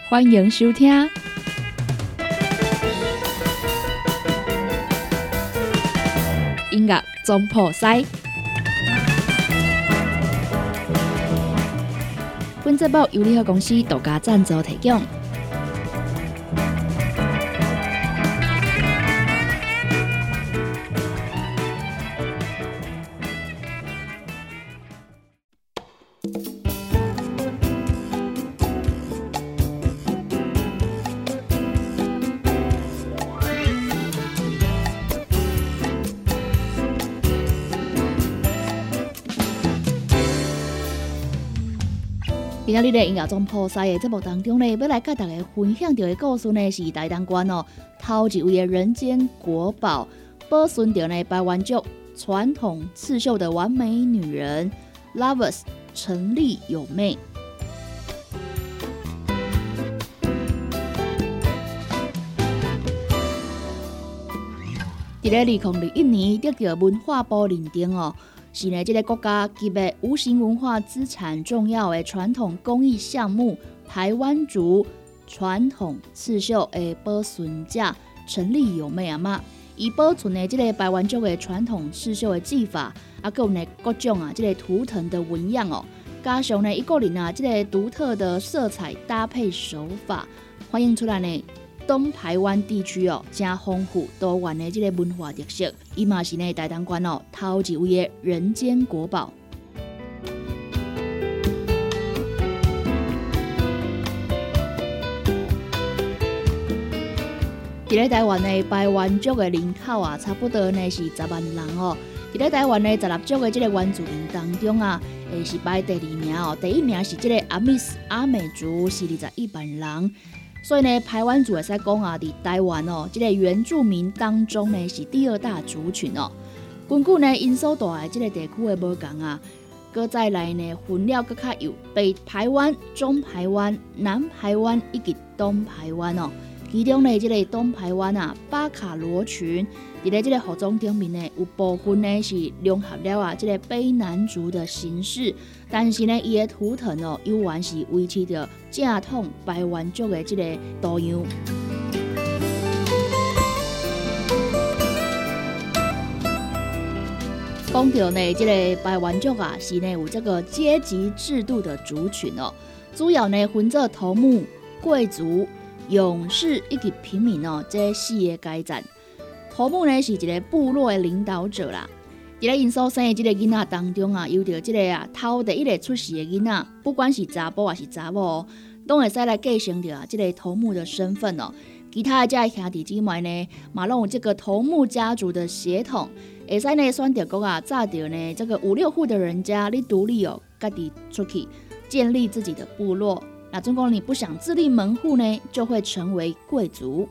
欢迎收听。音乐总破塞。本节目由联合公司独家赞助提供。今仔日的音乐总破塞的节目当中呢，要来跟大家分享到的故事呢，是台东县头一位的人间国宝，保存着呢台湾族传统刺绣的完美女人 Lovers 陈丽友妹。在2021年得到文化部认定是呢，这个国家级的无形文化资产重要的传统工艺项目台湾族传统刺绣的保存者陈丽友妹阿嬷，伊保存的这个台湾族的传统刺绣的技法，还有呢各种这个图腾的纹样加上呢伊个人这个独特的色彩搭配手法，反映出来呢东台湾地区真丰富多元的这个文化特色，伊嘛是呢台东县头一位的人间国宝。在台湾的排湾族的人口差不多呢是10万人在台湾的16族的这个原住民当中是排第2名第1名是这个阿密斯阿美族是21万人。所以呢，排湾族会使讲在台湾这个原住民当中呢是第2大族群根据呢因所在的这个地区的无同搁再来呢分了搁较有北排湾、中排湾、南排湾以及东排湾其中呢这个东排湾巴卡罗群，在这个服装顶面呢有部分呢是融合了这个卑南族的形式，但是呢伊的图腾依然是维持着正统排湾族的这个多样。讲到呢这个排湾族是呢有这个阶级制度的族群主要呢分作头目、贵族、勇士以及平民这4个阶层。头目呢是一个部落的领导者啦，在因所生的这个囡仔当中有着这个头第1个出世的囡仔，不管是查甫还是查某都会使来继承着这个头目的身份其他的这些兄弟姊妹呢，嘛拢有这个头目家族的血统，会使呢选择讲早着呢这个5、6户的人家，你独立家己出去建立自己的部落。那如果你不想自立门户呢，就会成为贵族。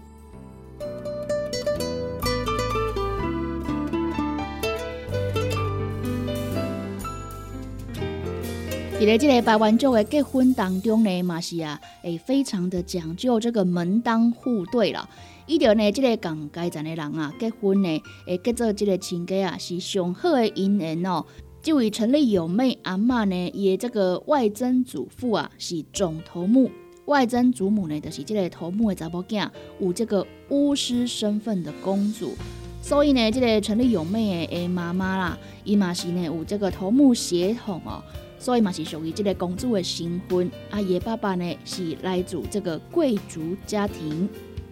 在这个排湾族的结婚当中呢，嘛是非常的讲究这个门当户对啦。伊着呢，这个同阶层的人结婚呢，结做这个亲家是上好的姻缘这位陈丽友妹阿嬷呢，伊的这个外曾祖父是总头目，外曾祖母呢就是这个头目的查某囝，有这个巫师身份的公主。所以呢，这个陈丽友妹的妈妈啦，伊嘛是呢有这个头目血统所以嘛是属于这个公主的身份伊的爸爸呢是来自这个贵族家庭。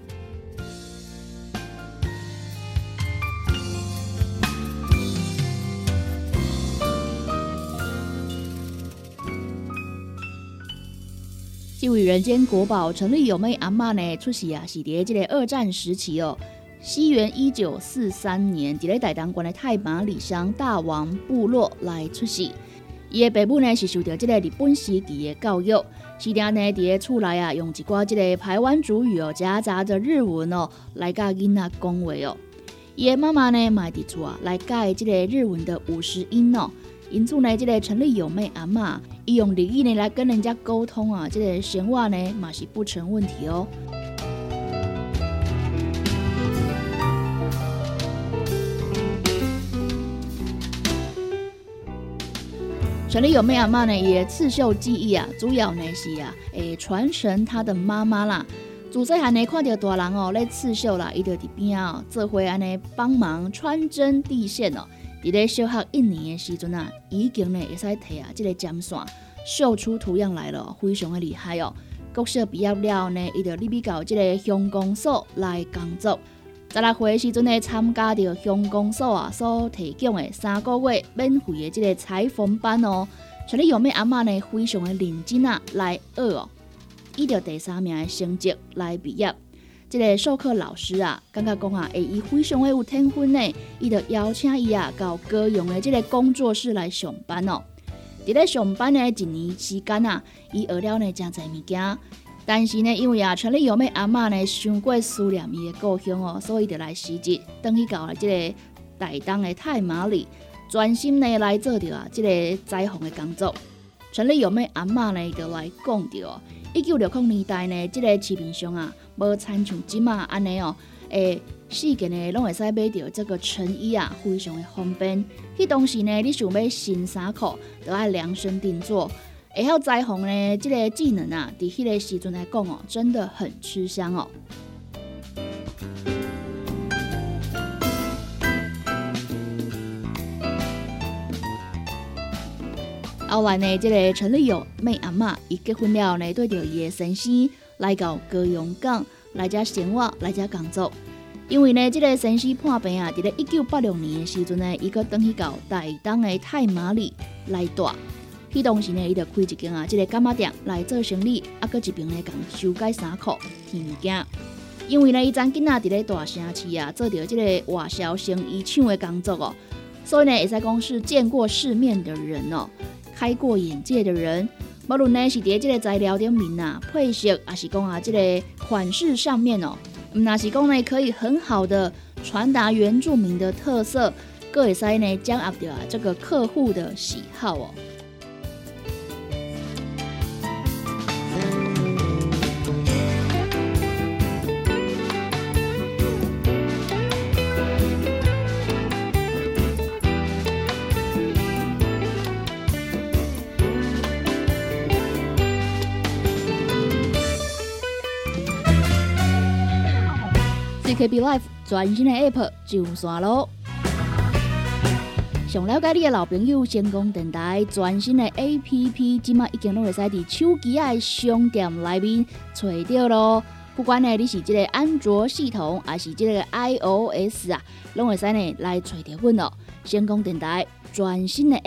这位人间国宝陈丽友妹阿嬷呢出世是在这个2战时期西元1943年，在台东县的太麻里乡大王部落来出世。伊的爸母呢是受到这个日本时期的教育，时常呢在厝内用一寡这个排湾族语夹杂着日文来教囡仔讲话伊的妈妈呢嘛伫厝来教这个日文的50音因此呢，这个陈丽友妹阿嬷伊用日语呢来跟人家沟通这个闲话呢嘛是不成问题陈丽友妹阿嬷呢，伊的刺绣技艺啊，主要呢是会传承她的妈妈啦。自细汉呢，看到大人咧刺绣啦，伊就伫边做伙安尼帮忙穿针递线哦。伫咧小学1年的时阵已经呢会使摕这个针线绣出图样来了，非常的厉害哦。国小毕业了呢，伊就入去到这个乡公所来工作。16岁的时阵呢，参加到乡公所所提供的3个月免费的这个裁缝班哦。像你有妹阿嬷呢，非常的认真来学哦。以着第3名的成绩来毕业，这个授课老师感觉讲伊非常的有天分呢，伊就邀请伊到高雄的这个工作室来上班哦。伫咧上班的1年时间伊学了呢真侪物件，但是呢，因为陈丽友妹阿嬷呢伤过思念伊的故乡哦，所以就来辞职，转去到这个台东的太麻里，专心呢来做着这个裁缝的工作。陈丽友妹阿嬷呢就来讲着1960年代呢，这个市面上无参像即马安尼哦，四件呢拢会使买到这个成衣非常的方便。迄当时呢，你想要新衫裤，就要量身定做。会晓裁缝呢，这个技能伫迄个时阵来讲哦，真的很吃香哦。后来呢，这个陈丽友妹阿嬷伊结婚了呢，对着伊的先生来到高雄港来遮生活，来遮工作。因为呢，这个先生破病伫咧1986年的时阵呢，伊佫转去到台东的太麻里来住。迄当时呢，伊就开一间这个干妈店来做生意，佫一边呢共修改衫裤、添物件。因为呢，伊曾囡仔伫咧大城市做着这个外销生意厂的工作哦，所以呢，会使讲是见过世面的人哦。开过眼界的人，无论呢是伫这个材料顶面配色，还是讲这个款式上面哦，那是讲呢可以很好的传达原住民的特色，佫会使呢掌握到这个客户的喜好哦。CKB Life 全新的 App 上线咯！想了解你的老朋友，成功电台全新的 App， 即马已经拢会使伫手机的商店内面找到咯。不管呢你是这个安卓系统，还是这个 iOS 拢会使呢来找到阮咯。成功电台全新的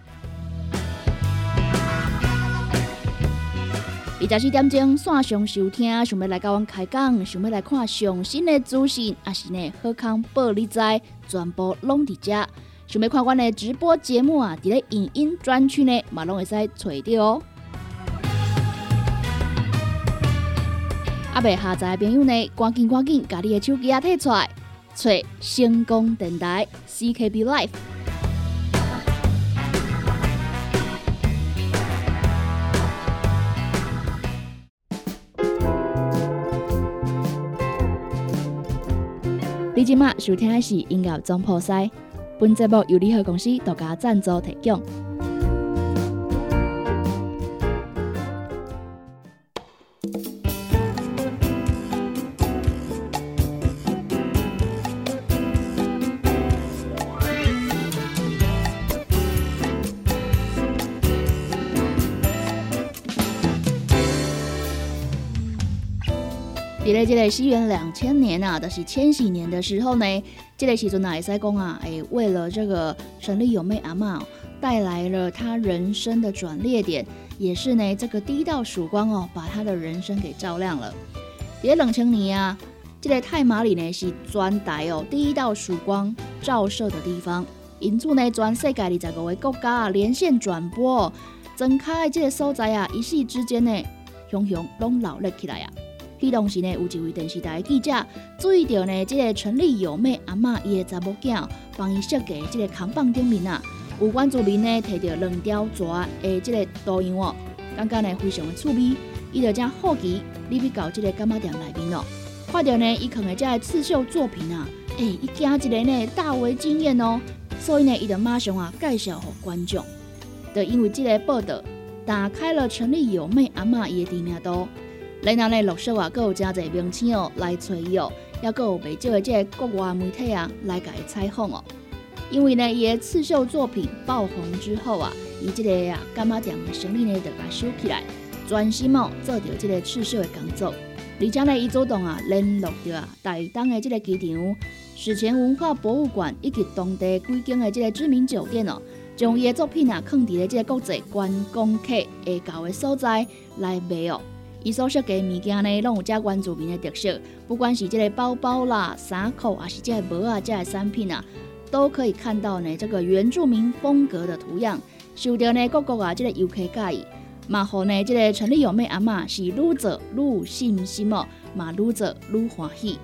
App。24点钟线上收听，想要来甲阮开讲，想要来看上新的资讯，还是呢好康报你知，全部拢伫遮。想要看阮的直播节目伫咧影音专区呢，嘛拢会使找到哦。未下载的朋友呢，赶紧甲你的手机摕出来，找成功电台 CKB Life。你即马收听的是音乐总铺师，本节目由联合公司独家赞助提供。伫咧这个西元2000年就是千禧年的时候呢，这个时阵会使讲为了这个陈丽友妹阿嬷带来了她人生的转捩点，也是呢这个第一道曙光把她的人生给照亮了。伫咧2000年这个太麻里呢是全台第一道曙光照射的地方，因此呢全世界25个国家连线转播增开的这个所在一夕之间呢，熊熊拢闹热起来迄当时呢，有一位电视台的记者注意到呢，这个陈丽友妹阿嬷伊的查某囝帮伊设计这个扛棒顶面有原住民呢摕到2条蛇的这个图样感觉呢非常的趣味，伊就将好奇入去到这个干妈店内面看到呢伊藏的这个刺绣作品伊惊一个呢大为惊艳所以呢伊就马上介绍给观众。 就因为这个报道，打开了陈丽有妹阿嬷伊的知名度。然后呢，陆续啊，佫有真侪明星哦来找伊哦，也佫有袂少的这个国外媒体啊来甲伊采访哦。因为呢，伊的刺绣作品爆红之后啊，伊这个干妈店的生意呢就甲收起来，专心哦做着这个刺绣的工作。而且呢，伊主动啊联络着台东的这个机场、史前文化博物馆以及当地几间的这个知名酒店哦，将伊的作品啊放伫咧这个国际观光客会到的所在来卖哦。伊所设计的物件呢，拢有遮原住民的特色，不管是这个包包啦、衫裤，还是这个帽啊、这个产品啊，都可以看到呢这个原住民风格的图样，受到呢各国啊这个游客喜意，嘛互呢这个陈丽有妹阿嬷是愈做愈有信心哦，嘛愈做愈欢喜。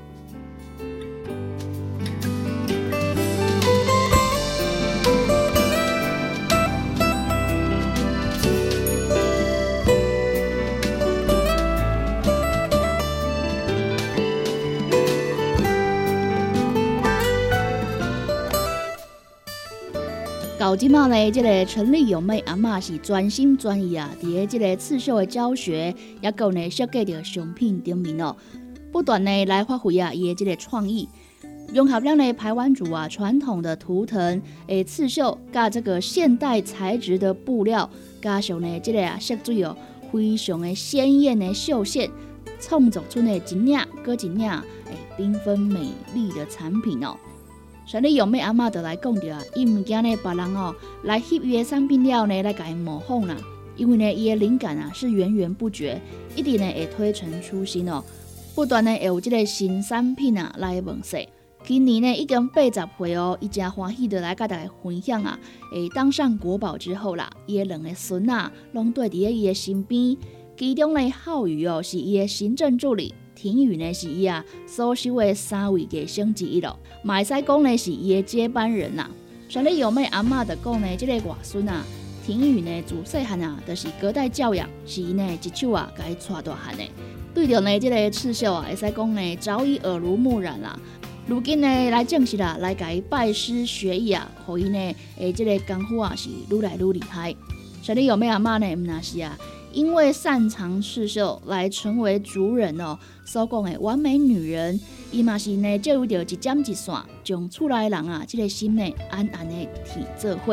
到即马呢，这个陈丽有妹阿嬷是专心专意啊，伫个这个刺绣的教学，也够呢设计着商品顶面哦，不断呢来发挥啊伊的这个创意，融合了呢排湾族啊传统的图腾诶刺绣，甲这个现代材质的布料，加上呢这个色水哦，非常的鲜艳的绣线，创作出呢一领搁一领诶缤纷美丽的产品哦。陈丽有妹阿嬷就来讲着啊，伊唔惊呢别人哦来翕伊的产品了呢来甲伊模仿啦，因为呢伊的灵感啊是源源不绝，一定呢会推陈出新哦，不断呢会有这个新产品啊来问世。今年呢已经80岁哦，伊真欢喜的来甲大家分享啊，会当上国宝之后啦，伊的两个孙啊拢对伫咧伊的身边，其中呢浩宇哦是伊的行政助理。婷宇呢是伊所收的3位艺生之一咯，嘛会使讲呢是伊的接班人呐。陈丽有妹阿嬷就讲呢，这个外孙啊，婷宇呢自细汉啊，就是隔代教养，是伊呢一手啊甲伊带大汉的。对着呢这个刺绣啊，会使讲呢早已耳濡目染啦。如今呢来正式啦，来甲伊拜师学艺啊，互伊呢这个功夫啊是愈来愈厉害。陈丽有妹阿嬷呢，毋那是啊。因为擅长刺绣来成为族人哦所讲的完美女人，伊嘛是呢借由着一针一线，将厝内人啊这个心呢安安的提做伙。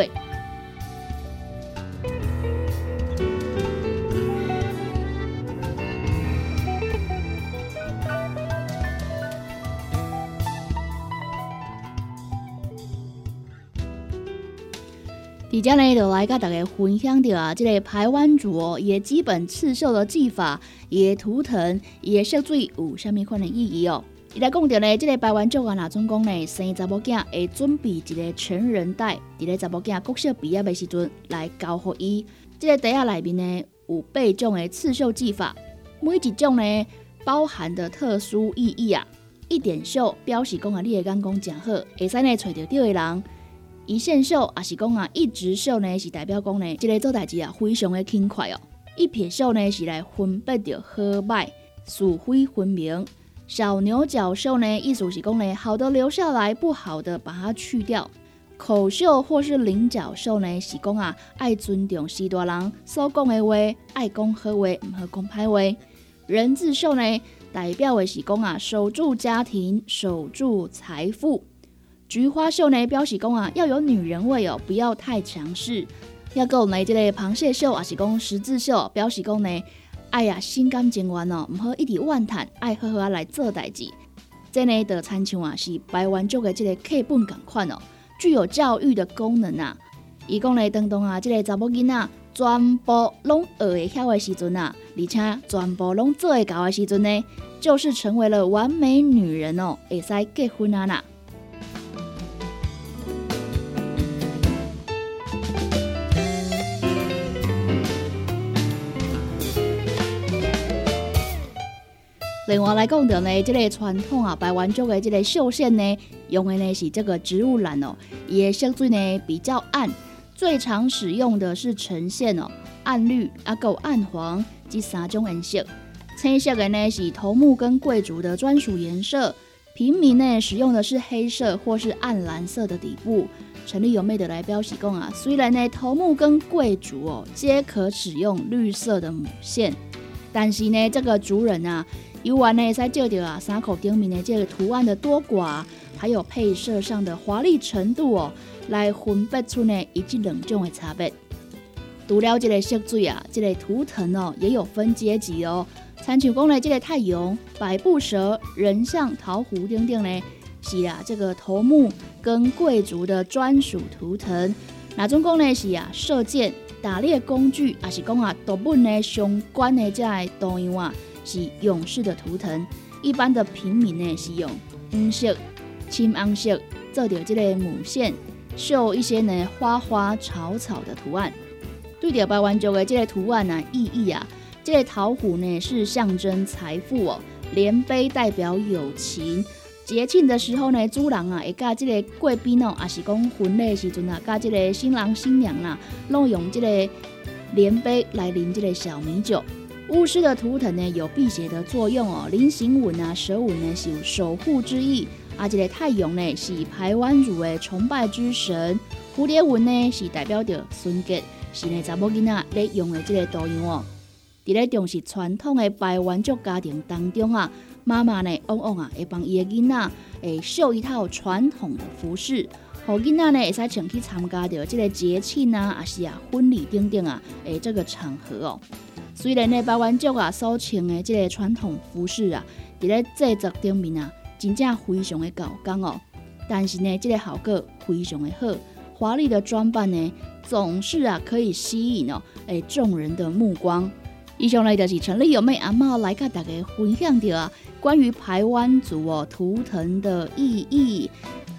伫遮呢，就来甲大家分享到啊，这个排湾族哦，伊的基本刺绣的技法，伊的图腾，伊的色水有啥物款的意义哦？伊来讲到呢，这个排湾族啊，若总讲呢，生查某囝会准备一个成人袋，伫咧查某囝国小毕业的时阵来交互伊。这个袋仔内面呢，有8种的刺绣技法，每一种呢包含的特殊意义啊。一点绣表示讲啊，你的眼光真好，会使呢找到对的人。一线绣也是讲啊，一直绣呢是代表讲呢，这个做代志啊非常的轻快哦。一撇绣呢是来分别着好歹，是非分明。小牛角绣呢，意思是讲呢，好的留下来，不好的把它去掉。口绣或是菱角绣呢，是讲啊，爱尊重时大人所讲的话，爱讲好话，唔好讲歹话。人字绣呢，代表的是讲啊，守住家庭，守住财富。菊花绣呢，表示讲啊，要有女人味哦，不要太强势。要有呢，这个螃蟹绣也是讲十字绣，表示讲呢，爱啊心甘情愿哦，唔好一直怨叹，爱好好来做代志。这呢，就亲像啊，是排湾族的这个课本同款哦，具有教育的功能啊。伊讲呢，当啊，这个查某囡仔全部拢学会晓的时阵啊，而且全部拢做会到的时阵呢，就是成为了完美女人哦，会使结婚啊啦。另外来讲到呢，这个传统啊，排湾族的这个绣线呢，用的呢是这个植物染哦，伊的色水呢比较暗，最常使用的是橙线哦、暗绿啊，还有暗黄这3种颜色。青色的呢是头目跟贵族的专属颜色， 平民呢使用的是黑色或是暗蓝色的底部。陈立有妹的来表示讲啊，虽然呢头目跟贵族皆可使用绿色的母线，但是呢这个族人啊，游玩呢会使照到衫裤顶面的这个图案的多寡，还有配色上的华丽程度来分别出呢以这两种的差别。除了这个色水啊，这个图腾也有分阶级参像讲呢，这个太阳、百步蛇、人像、桃核等等呢，是这个头目跟贵族的专属图腾。那种讲呢是射箭、打猎工具，也是讲动物呢相关的这个图样是勇士的图腾。一般的平民呢是用黄色、青红色做着这个母线，绣一些呢花花草草的图案。对着台湾族的这个图案意义这个桃核呢是象征财富连杯代表友情。节庆的时候呢，主人会甲这个贵宾也是讲婚礼的时阵甲这个新郎新娘拢用这个连杯来啉这个小米酒。巫师的图腾呢有辟邪的作用菱形纹蛇纹呢是有守护之意。这个太阳呢是排湾族的崇拜之神，蝴蝶纹呢是代表着纯洁，是呢查某囡仔咧用的这个图样伫咧重视传统的排湾族家庭当中妈妈呢往往会帮伊的囡仔绣一套传统的服饰，互囡仔呢会使穿去参加着这个节庆也是婚礼等等这个场合虽然呢排湾族所穿的这个传统服饰伫咧制作顶面真正非常的高工但是呢这个效果非常的好，华丽的装扮呢总是可以吸引众人的目光。以上呢就是陈立有妹阿嬷来跟大家分享到关于排湾族图腾的意义。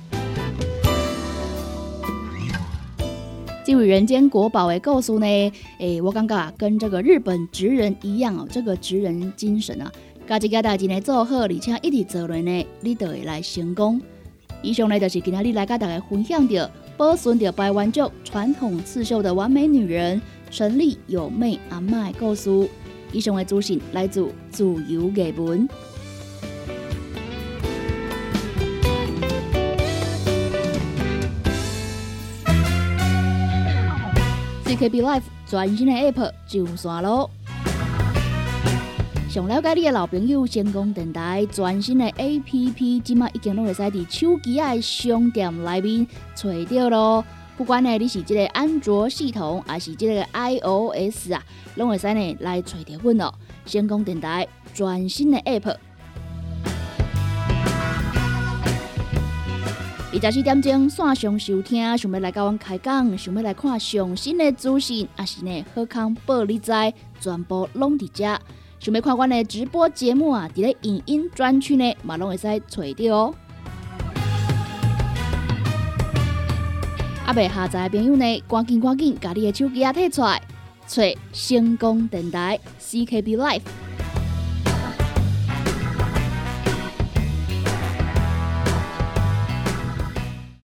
这位人间国宝的故事呢，我感觉跟这个日本职人一样这个职人精神把一件代志呢做好，而且一直做落呢，你就会来成功。以上呢就是今天来跟大家分享到保存着排湾族传统刺绣的完美女人陈立有妹阿嬷的故事。以上的资讯来自自由艺文。CKB Life 全新的 App 上线咯！想了解你的老朋友，成功电台全新的 APP， 现在已经会使在手机的商店内面找到咯。不管呢你是这个安卓系统，还是这个 iOS 拢会使呢来找到阮咯。成功电台全新的 App。24点钟线上收听，想要来甲阮开讲，想要来看上新的资讯，也是呢好康报你知，全部拢伫遮。想要看阮的直播节目伫咧影音专区呢，嘛拢会使找到哦。未下载的朋友呢，赶紧，甲你的手机摕出来，找成功电台 CKB Life。